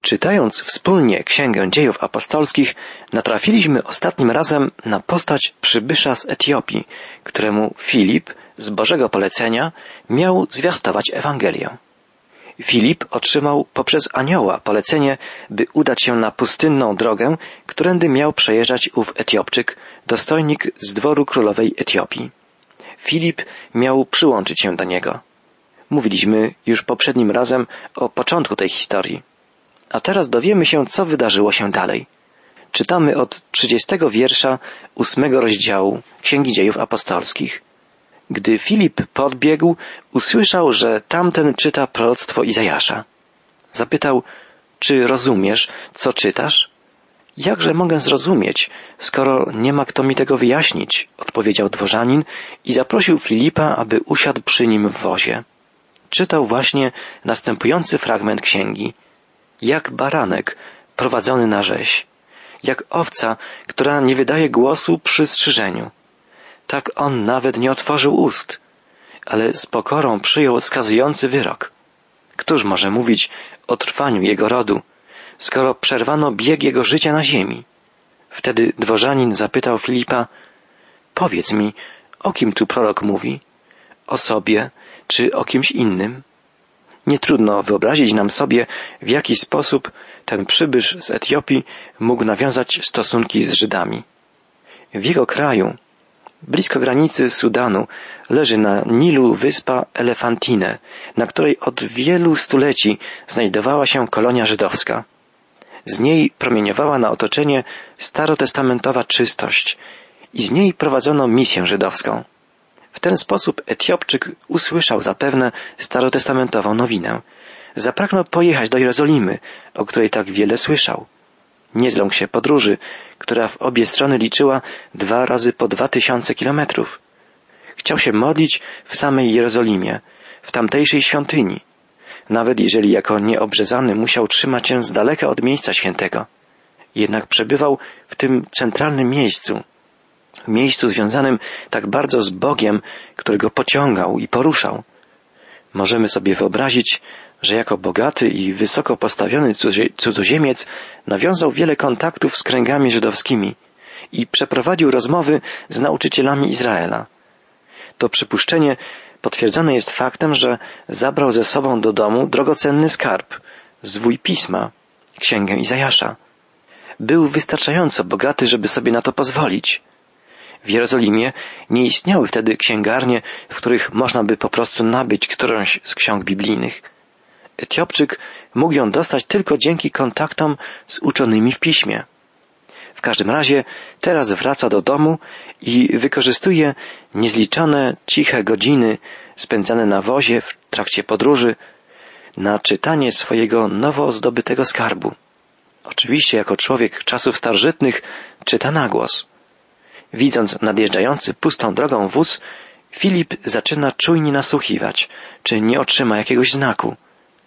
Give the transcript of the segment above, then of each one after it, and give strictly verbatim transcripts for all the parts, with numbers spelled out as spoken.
Czytając wspólnie Księgę Dziejów Apostolskich, natrafiliśmy ostatnim razem na postać przybysza z Etiopii, któremu Filip z Bożego polecenia miał zwiastować Ewangelię. Filip otrzymał poprzez anioła polecenie, by udać się na pustynną drogę, którędy miał przejeżdżać ów Etiopczyk, dostojnik z dworu królowej Etiopii. Filip miał przyłączyć się do niego. Mówiliśmy już poprzednim razem o początku tej historii. A teraz dowiemy się, co wydarzyło się dalej. Czytamy od trzydziestego wiersza ósmego rozdziału Księgi Dziejów Apostolskich. Gdy Filip podbiegł, usłyszał, że tamten czyta proroctwo Izajasza. Zapytał, czy rozumiesz, co czytasz? Jakże mogę zrozumieć, skoro nie ma kto mi tego wyjaśnić, odpowiedział dworzanin i zaprosił Filipa, aby usiadł przy nim w wozie. Czytał właśnie następujący fragment księgi. Jak baranek prowadzony na rzeź, jak owca, która nie wydaje głosu przy strzyżeniu. Tak on nawet nie otworzył ust, ale z pokorą przyjął skazujący wyrok. Któż może mówić o trwaniu jego rodu, skoro przerwano bieg jego życia na ziemi? Wtedy dworzanin zapytał Filipa, powiedz mi, o kim tu prorok mówi? O sobie czy o kimś innym? Nie trudno wyobrazić nam sobie, w jaki sposób ten przybysz z Etiopii mógł nawiązać stosunki z Żydami. W jego kraju, blisko granicy Sudanu, leży na Nilu wyspa Elefantine, na której od wielu stuleci znajdowała się kolonia żydowska. Z niej promieniowała na otoczenie starotestamentowa czystość i z niej prowadzono misję żydowską. W ten sposób Etiopczyk usłyszał zapewne starotestamentową nowinę. Zapragnął pojechać do Jerozolimy, o której tak wiele słyszał. Nie zląkł się podróży, która w obie strony liczyła dwa razy po dwa tysiące kilometrów. Chciał się modlić w samej Jerozolimie, w tamtejszej świątyni, nawet jeżeli jako nieobrzezany musiał trzymać się z daleka od miejsca świętego. Jednak przebywał w tym centralnym miejscu, w miejscu związanym tak bardzo z Bogiem, który go pociągał i poruszał. Możemy sobie wyobrazić, że jako bogaty i wysoko postawiony cudzoziemiec nawiązał wiele kontaktów z kręgami żydowskimi i przeprowadził rozmowy z nauczycielami Izraela. To przypuszczenie potwierdzone jest faktem, że zabrał ze sobą do domu drogocenny skarb, zwój pisma, księgę Izajasza. Był wystarczająco bogaty, żeby sobie na to pozwolić. W Jerozolimie nie istniały wtedy księgarnie, w których można by po prostu nabyć którąś z ksiąg biblijnych. Etiopczyk mógł ją dostać tylko dzięki kontaktom z uczonymi w piśmie. W każdym razie teraz wraca do domu i wykorzystuje niezliczone ciche godziny spędzane na wozie w trakcie podróży na czytanie swojego nowo zdobytego skarbu. Oczywiście jako człowiek czasów starożytnych czyta na głos. Widząc nadjeżdżający pustą drogą wóz, Filip zaczyna czujnie nasłuchiwać, czy nie otrzyma jakiegoś znaku.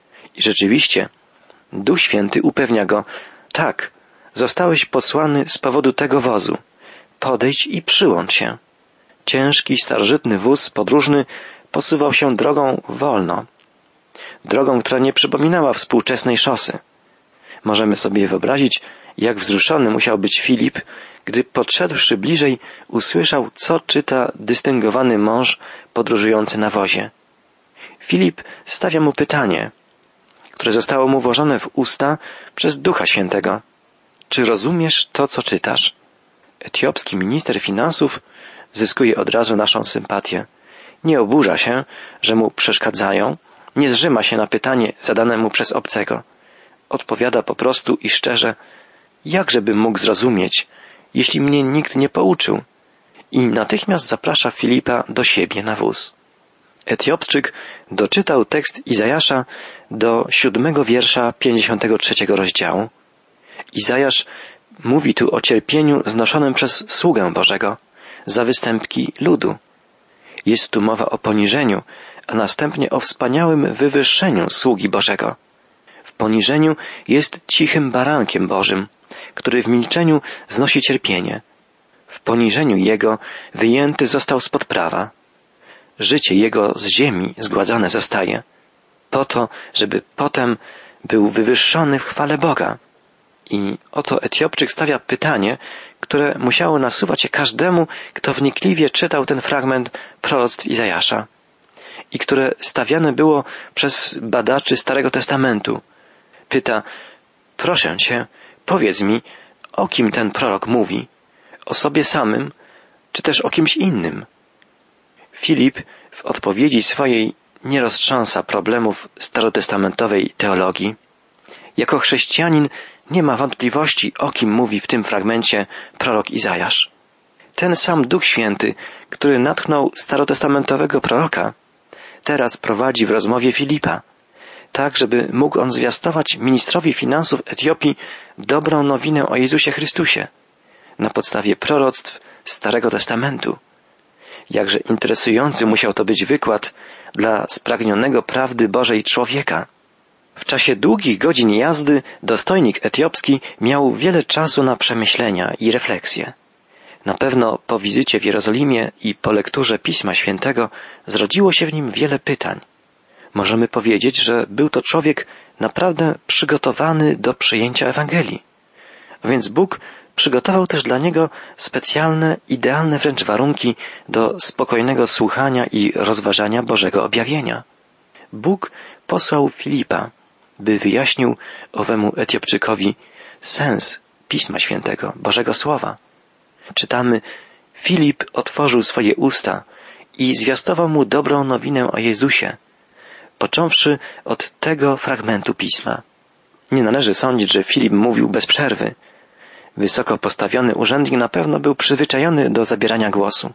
I rzeczywiście, Duch Święty upewnia go, tak, zostałeś posłany z powodu tego wozu. Podejdź i przyłącz się. Ciężki, starożytny wóz podróżny posuwał się drogą wolno. Drogą, która nie przypominała współczesnej szosy. Możemy sobie wyobrazić, jak wzruszony musiał być Filip, gdy podszedłszy bliżej, usłyszał, co czyta dystyngowany mąż podróżujący na wozie. Filip stawia mu pytanie, które zostało mu włożone w usta przez Ducha Świętego. Czy rozumiesz to, co czytasz? Etiopski minister finansów zyskuje od razu naszą sympatię. Nie oburza się, że mu przeszkadzają, nie zrzyma się na pytanie zadane mu przez obcego. Odpowiada po prostu i szczerze, jakżebym mógł zrozumieć, jeśli mnie nikt nie pouczył? I natychmiast zaprasza Filipa do siebie na wóz. Etiopczyk doczytał tekst Izajasza do siódmego wiersza pięćdziesiątego trzeciego rozdziału. Izajasz mówi tu o cierpieniu znoszonym przez sługę Bożego za występki ludu. Jest tu mowa o poniżeniu, a następnie o wspaniałym wywyższeniu sługi Bożego. W poniżeniu jest cichym barankiem Bożym, który w milczeniu znosi cierpienie. W poniżeniu Jego wyjęty został spod prawa. Życie Jego z ziemi zgładzane zostaje, po to, żeby potem był wywyższony w chwale Boga. I oto Etiopczyk stawia pytanie, które musiało nasuwać się każdemu, kto wnikliwie czytał ten fragment proroctw Izajasza i które stawiane było przez badaczy Starego Testamentu. Pyta: proszę Cię, powiedz mi, o kim ten prorok mówi? O sobie samym, czy też o kimś innym? Filip w odpowiedzi swojej nie roztrząsa problemów starotestamentowej teologii. Jako chrześcijanin nie ma wątpliwości, o kim mówi w tym fragmencie prorok Izajasz. Ten sam Duch Święty, który natchnął starotestamentowego proroka, teraz prowadzi w rozmowie Filipa, tak żeby mógł on zwiastować ministrowi finansów Etiopii dobrą nowinę o Jezusie Chrystusie na podstawie proroctw Starego Testamentu. Jakże interesujący musiał to być wykład dla spragnionego prawdy Bożej człowieka. W czasie długich godzin jazdy dostojnik etiopski miał wiele czasu na przemyślenia i refleksje. Na pewno po wizycie w Jerozolimie i po lekturze Pisma Świętego zrodziło się w nim wiele pytań. Możemy powiedzieć, że był to człowiek naprawdę przygotowany do przyjęcia Ewangelii. A więc Bóg przygotował też dla niego specjalne, idealne wręcz warunki do spokojnego słuchania i rozważania Bożego objawienia. Bóg posłał Filipa, by wyjaśnił owemu Etiopczykowi sens Pisma Świętego, Bożego Słowa. Czytamy: Filip otworzył swoje usta i zwiastował mu dobrą nowinę o Jezusie, począwszy od tego fragmentu Pisma. Nie należy sądzić, że Filip mówił bez przerwy. Wysoko postawiony urzędnik na pewno był przyzwyczajony do zabierania głosu,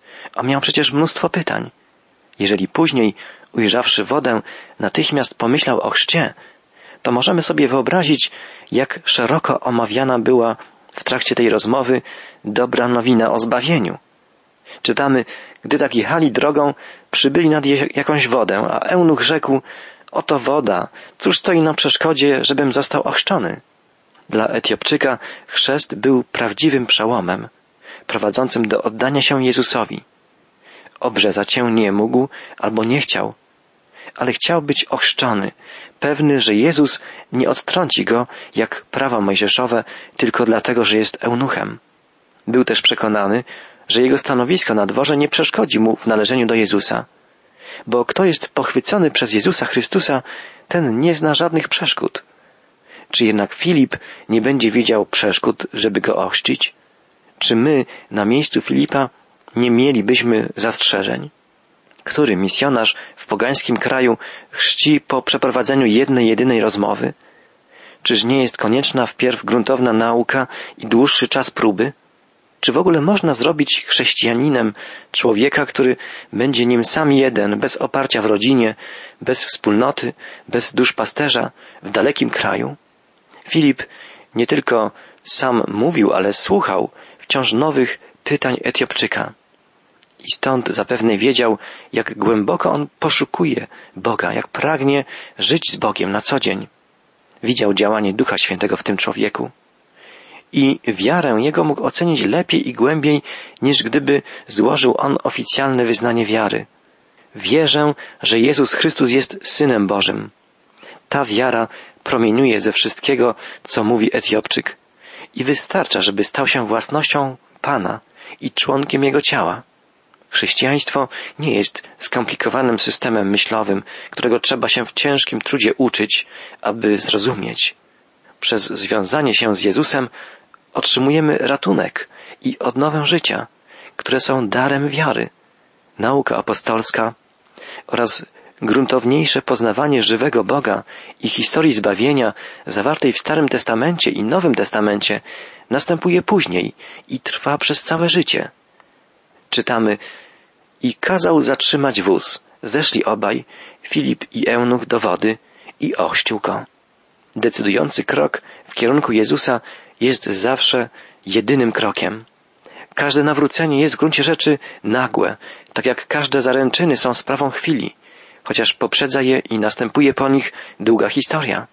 a miał przecież mnóstwo pytań. Jeżeli później, ujrzawszy wodę, natychmiast pomyślał o chrzcie, to możemy sobie wyobrazić, jak szeroko omawiana była w trakcie tej rozmowy dobra nowina o zbawieniu. Czytamy: gdy tak jechali drogą, przybyli nad jakąś wodę, a eunuch rzekł: oto woda, cóż stoi na przeszkodzie, żebym został ochrzczony? Dla Etiopczyka chrzest był prawdziwym przełomem, prowadzącym do oddania się Jezusowi. Obrzezać się nie mógł albo nie chciał, ale chciał być ochrzczony, pewny, że Jezus nie odtrąci go jak prawa mojżeszowe tylko dlatego, że jest eunuchem. Był też przekonany, że jego stanowisko na dworze nie przeszkodzi mu w należeniu do Jezusa, bo kto jest pochwycony przez Jezusa Chrystusa, ten nie zna żadnych przeszkód. Czy jednak Filip nie będzie widział przeszkód, żeby go ochrzcić? Czy my na miejscu Filipa nie mielibyśmy zastrzeżeń? Który misjonarz w pogańskim kraju chrzci po przeprowadzeniu jednej, jedynej rozmowy? Czyż nie jest konieczna wpierw gruntowna nauka i dłuższy czas próby? Czy w ogóle można zrobić chrześcijaninem człowieka, który będzie nim sam jeden, bez oparcia w rodzinie, bez wspólnoty, bez duszpasterza, w dalekim kraju? Filip nie tylko sam mówił, ale słuchał wciąż nowych pytań Etiopczyka. I stąd zapewne wiedział, jak głęboko on poszukuje Boga, jak pragnie żyć z Bogiem na co dzień. Widział działanie Ducha Świętego w tym człowieku. I wiarę jego mógł ocenić lepiej i głębiej, niż gdyby złożył on oficjalne wyznanie wiary. Wierzę, że Jezus Chrystus jest Synem Bożym. Ta wiara promieniuje ze wszystkiego, co mówi Etiopczyk, i wystarcza, żeby stał się własnością Pana i członkiem Jego ciała. Chrześcijaństwo nie jest skomplikowanym systemem myślowym, którego trzeba się w ciężkim trudzie uczyć, aby zrozumieć. Przez związanie się z Jezusem otrzymujemy ratunek i odnowę życia, które są darem wiary. Nauka apostolska oraz gruntowniejsze poznawanie żywego Boga i historii zbawienia zawartej w Starym Testamencie i Nowym Testamencie następuje później i trwa przez całe życie. Czytamy: i kazał zatrzymać wóz. Zeszli obaj, Filip i eunuch, do wody i ochrzcił go. Decydujący krok w kierunku Jezusa jest zawsze jedynym krokiem. Każde nawrócenie jest w gruncie rzeczy nagłe, tak jak każde zaręczyny są sprawą chwili, chociaż poprzedza je i następuje po nich długa historia.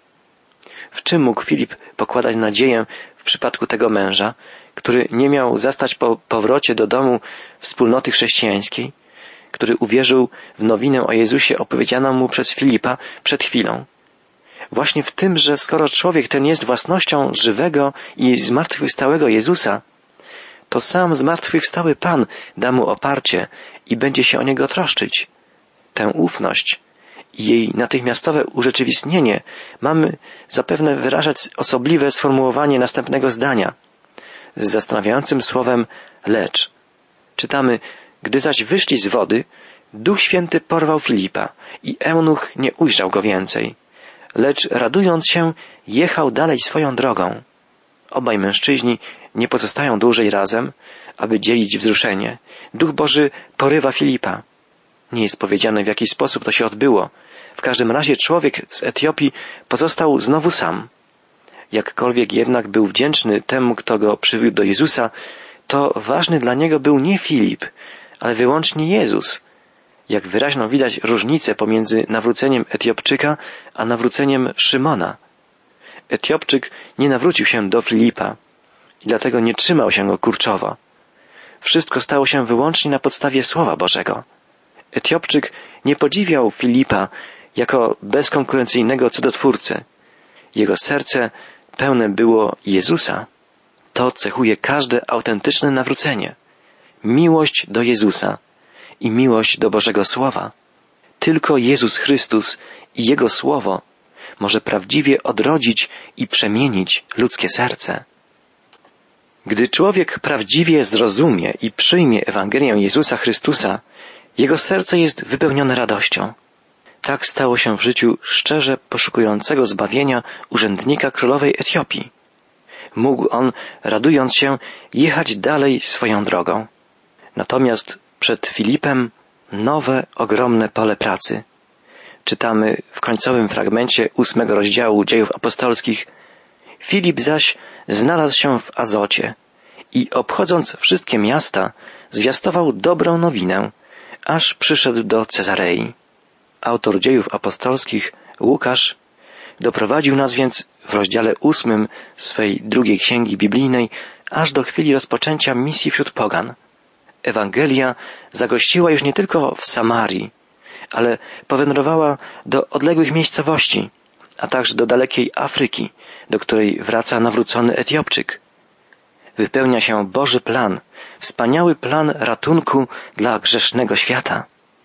W czym mógł Filip pokładać nadzieję w przypadku tego męża, który nie miał zastać po powrocie do domu wspólnoty chrześcijańskiej, który uwierzył w nowinę o Jezusie opowiedzianą mu przez Filipa przed chwilą? właśnie w tym, że skoro człowiek ten jest własnością żywego i zmartwychwstałego Jezusa, to sam zmartwychwstały Pan da mu oparcie i będzie się o niego troszczyć. Tę ufność i jej natychmiastowe urzeczywistnienie mamy zapewne wyrażać osobliwe sformułowanie następnego zdania z zastanawiającym słowem lecz. Czytamy, gdy zaś wyszli z wody, Duch Święty porwał Filipa i eunuch nie ujrzał go więcej, lecz radując się jechał dalej swoją drogą. Obaj mężczyźni nie pozostają dłużej razem, aby dzielić wzruszenie. Duch Boży porywa Filipa. Nie jest powiedziane, w jaki sposób to się odbyło. W każdym razie człowiek z Etiopii pozostał znowu sam. Jakkolwiek jednak był wdzięczny temu, kto go przywiódł do Jezusa, to ważny dla niego był nie Filip, ale wyłącznie Jezus. Jak wyraźną widać różnicę pomiędzy nawróceniem Etiopczyka a nawróceniem Szymona. Etiopczyk nie nawrócił się do Filipa i dlatego nie trzymał się go kurczowo. Wszystko stało się wyłącznie na podstawie Słowa Bożego. Etiopczyk nie podziwiał Filipa jako bezkonkurencyjnego cudotwórcę. Jego serce pełne było Jezusa. To cechuje każde autentyczne nawrócenie. Miłość do Jezusa i miłość do Bożego Słowa. Tylko Jezus Chrystus i Jego Słowo może prawdziwie odrodzić i przemienić ludzkie serce. Gdy człowiek prawdziwie zrozumie i przyjmie Ewangelię Jezusa Chrystusa, jego serce jest wypełnione radością. Tak stało się w życiu szczerze poszukującego zbawienia urzędnika królowej Etiopii. Mógł on, radując się, jechać dalej swoją drogą. Natomiast przed Filipem nowe, ogromne pole pracy. Czytamy w końcowym fragmencie ósmego rozdziału Dziejów Apostolskich. Filip zaś znalazł się w Azocie i obchodząc wszystkie miasta, zwiastował dobrą nowinę, aż przyszedł do Cezarei. Autor Dziejów Apostolskich, Łukasz, doprowadził nas więc w rozdziale ósmym swej drugiej księgi biblijnej aż do chwili rozpoczęcia misji wśród pogan. Ewangelia zagościła już nie tylko w Samarii, ale powędrowała do odległych miejscowości, a także do dalekiej Afryki, do której wraca nawrócony Etiopczyk. Wypełnia się Boży plan, wspaniały plan ratunku dla grzesznego świata.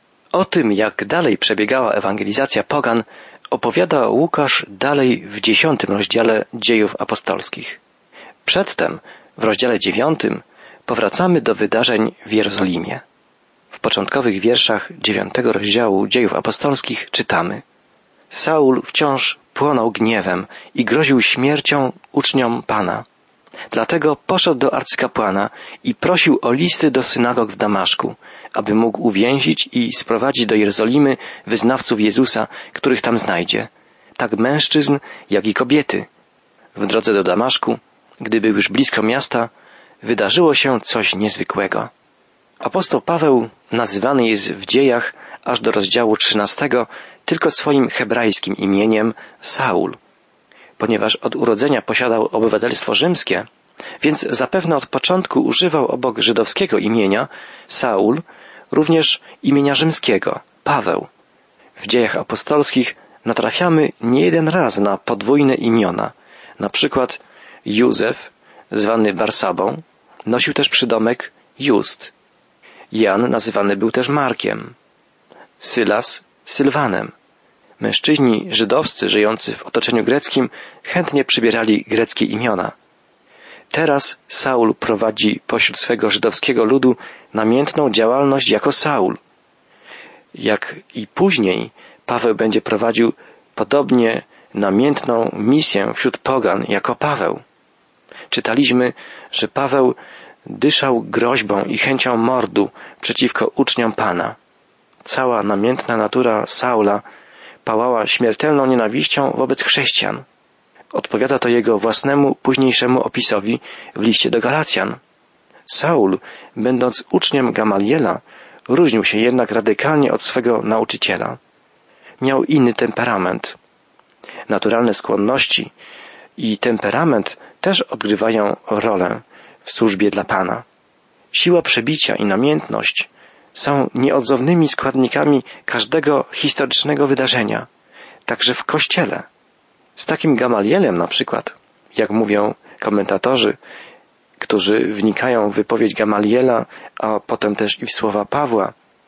O tym, jak dalej przebiegała ewangelizacja pogan, opowiada Łukasz dalej w dziesiątym rozdziale Dziejów Apostolskich. Przedtem, w rozdziale dziewiątym, powracamy do wydarzeń w Jerozolimie. W początkowych wierszach dziewiątego rozdziału Dziejów Apostolskich czytamy: Saul wciąż płonął gniewem i groził śmiercią uczniom Pana. Dlatego poszedł do arcykapłana i prosił o listy do synagog w Damaszku, aby mógł uwięzić i sprowadzić do Jerozolimy wyznawców Jezusa, których tam znajdzie, tak mężczyzn, jak i kobiety. W drodze do Damaszku, gdy był już blisko miasta, wydarzyło się coś niezwykłego. Apostoł Paweł nazywany jest w dziejach aż do rozdziału trzynastego tylko swoim hebrajskim imieniem Saul. Ponieważ od urodzenia posiadał obywatelstwo rzymskie, więc zapewne od początku używał obok żydowskiego imienia Saul również imienia rzymskiego, Paweł. W dziejach apostolskich natrafiamy nie jeden raz na podwójne imiona. Na przykład Józef, zwany Barsabą, nosił też przydomek Just. Jan nazywany był też Markiem. Sylas Sylwanem. Mężczyźni żydowscy żyjący w otoczeniu greckim chętnie przybierali greckie imiona. Teraz Saul prowadzi pośród swego żydowskiego ludu namiętną działalność jako Saul. Jak i później Paweł będzie prowadził podobnie namiętną misję wśród pogan jako Paweł. Czytaliśmy, że Paweł dyszał groźbą i chęcią mordu przeciwko uczniom Pana. Cała namiętna natura Saula pałała śmiertelną nienawiścią wobec chrześcijan. Odpowiada to jego własnemu późniejszemu opisowi w liście do Galacjan. Saul, będąc uczniem Gamaliela, różnił się jednak radykalnie od swego nauczyciela. Miał inny temperament. Naturalne skłonności i temperament też odgrywają rolę w służbie dla Pana. Siła przebicia i namiętność są nieodzownymi składnikami każdego historycznego wydarzenia, także w Kościele. Z takim Gamalielem na przykład, jak mówią komentatorzy, którzy wnikają w wypowiedź Gamaliela, a potem też i w słowa Pawła,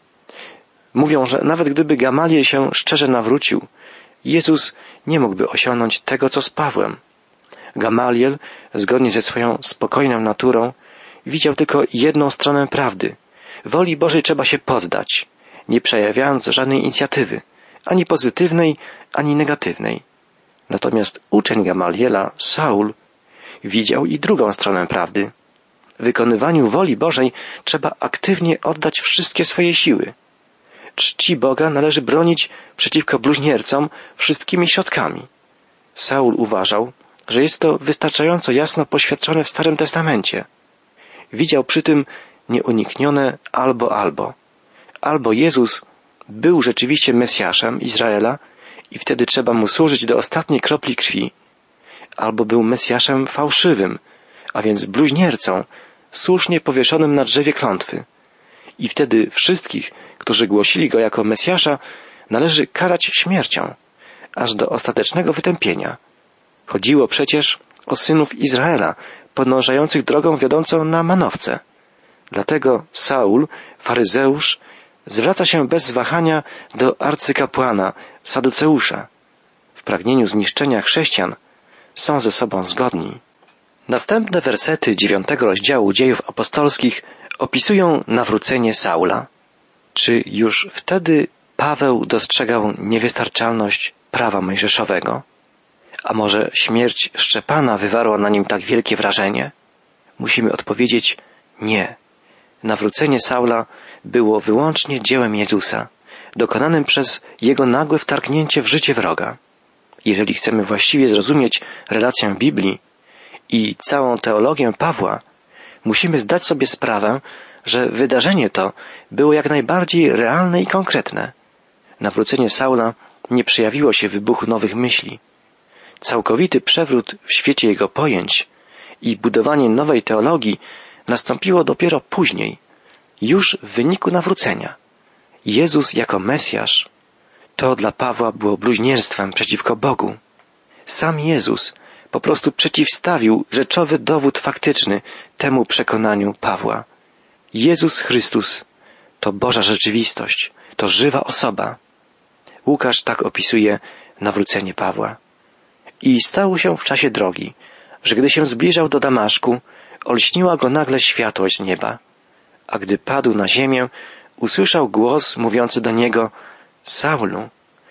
mówią, że nawet gdyby Gamaliel się szczerze nawrócił, Jezus nie mógłby osiągnąć tego, co z Pawłem. Gamaliel, zgodnie ze swoją spokojną naturą, widział tylko jedną stronę prawdy. Woli Bożej trzeba się poddać, nie przejawiając żadnej inicjatywy, ani pozytywnej, ani negatywnej. Natomiast uczeń Gamaliela, Saul, widział i drugą stronę prawdy. W wykonywaniu woli Bożej trzeba aktywnie oddać wszystkie swoje siły. Czci Boga należy bronić przeciwko bluźniercom wszystkimi środkami. Saul uważał, że jest to wystarczająco jasno poświadczone w Starym Testamencie. Widział przy tym nieuniknione albo albo. Albo Jezus był rzeczywiście Mesjaszem Izraela i wtedy trzeba mu służyć do ostatniej kropli krwi, albo był Mesjaszem fałszywym, a więc bluźniercą, słusznie powieszonym na drzewie klątwy. I wtedy wszystkich, którzy głosili go jako Mesjasza, należy karać śmiercią, aż do ostatecznego wytępienia. Chodziło przecież o synów Izraela, podążających drogą wiodącą na manowce. Dlatego Saul, faryzeusz, zwraca się bez wahania do arcykapłana, Saduceusza. W pragnieniu zniszczenia chrześcijan są ze sobą zgodni. Następne wersety dziewiątego rozdziału Dziejów Apostolskich opisują nawrócenie Saula. Czy już wtedy Paweł dostrzegał niewystarczalność prawa mojżeszowego? A może śmierć Szczepana wywarła na nim tak wielkie wrażenie? Musimy odpowiedzieć nie. Nawrócenie Saula było wyłącznie dziełem Jezusa, dokonanym przez Jego nagłe wtargnięcie w życie wroga. Jeżeli chcemy właściwie zrozumieć relację Biblii i całą teologię Pawła, musimy zdać sobie sprawę, że wydarzenie to było jak najbardziej realne i konkretne. Nawrócenie Saula nie przejawiło się w wybuchu nowych myśli. Całkowity przewrót w świecie jego pojęć i budowanie nowej teologii nastąpiło dopiero później, już w wyniku nawrócenia. Jezus jako Mesjasz to dla Pawła było bluźnierstwem przeciwko Bogu. Sam Jezus po prostu przeciwstawił rzeczowy dowód faktyczny temu przekonaniu Pawła. Jezus Chrystus to Boża rzeczywistość, to żywa osoba. Łukasz tak opisuje nawrócenie Pawła. I stało się w czasie drogi, że gdy się zbliżał do Damaszku, olśniła go nagle światłość z nieba. A gdy padł na ziemię, usłyszał głos mówiący do niego: Saulu,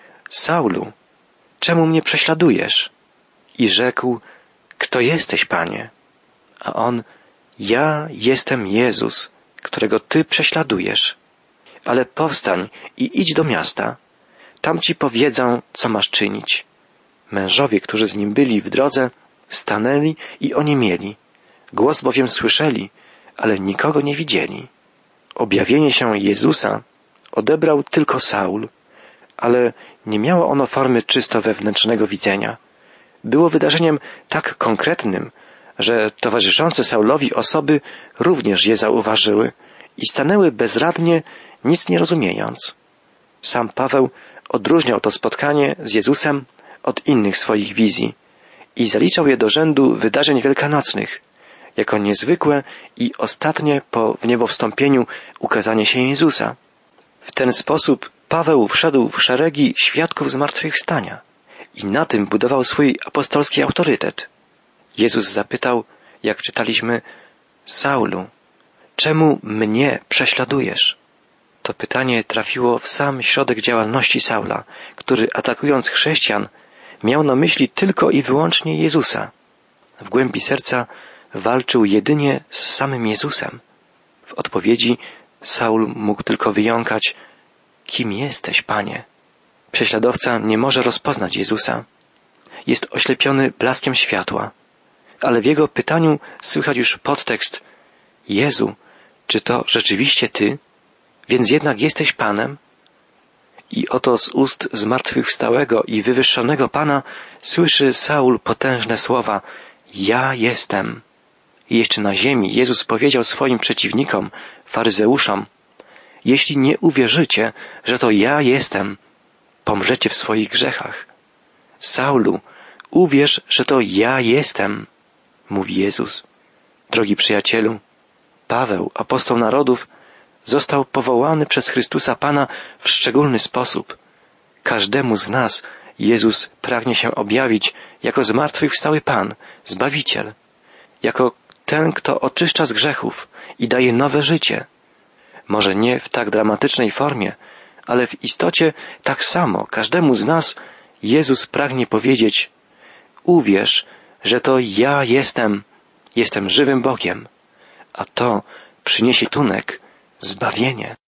Saulu, czemu mnie prześladujesz? I rzekł: Kto jesteś, Panie? A on: Ja jestem Jezus, którego Ty prześladujesz. Ale powstań i idź do miasta. Tam Ci powiedzą, co masz czynić. Mężowie, którzy z nim byli w drodze, stanęli i oniemieli. Głos bowiem słyszeli, ale nikogo nie widzieli. Objawienie się Jezusa odebrał tylko Saul, ale nie miało ono formy czysto wewnętrznego widzenia. Było wydarzeniem tak konkretnym, że towarzyszące Saulowi osoby również je zauważyły i stanęły bezradnie, nic nie rozumiejąc. Sam Paweł odróżniał to spotkanie z Jezusem od innych swoich wizji i zaliczał je do rzędu wydarzeń wielkanocnych, jako niezwykłe i ostatnie po wniebowstąpieniu ukazanie się Jezusa. W ten sposób Paweł wszedł w szeregi świadków zmartwychwstania i na tym budował swój apostolski autorytet. Jezus zapytał, jak czytaliśmy: Saulu, czemu mnie prześladujesz? To pytanie trafiło w sam środek działalności Saula, który atakując chrześcijan miał na myśli tylko i wyłącznie Jezusa. W głębi serca walczył jedynie z samym Jezusem. W odpowiedzi Saul mógł tylko wyjąkać: Kim jesteś, Panie? Prześladowca nie może rozpoznać Jezusa. Jest oślepiony blaskiem światła. Ale w jego pytaniu słychać już podtekst: Jezu, czy to rzeczywiście Ty? Więc jednak jesteś Panem? I oto z ust zmartwychwstałego i wywyższonego Pana słyszy Saul potężne słowa: Ja jestem. I jeszcze na ziemi Jezus powiedział swoim przeciwnikom, faryzeuszom: Jeśli nie uwierzycie, że to ja jestem, pomrzecie w swoich grzechach. Saulu, Uwierz, że to ja jestem, mówi Jezus. Drogi przyjacielu, Paweł, apostoł narodów, został powołany przez Chrystusa Pana w szczególny sposób. Każdemu z nas Jezus pragnie się objawić jako zmartwychwstały Pan, Zbawiciel, jako ten, kto oczyszcza z grzechów i daje nowe życie. Może nie w tak dramatycznej formie, ale w istocie tak samo każdemu z nas Jezus pragnie powiedzieć: uwierz, że to ja jestem, jestem żywym Bogiem, a to przyniesie tunek, zbawienie.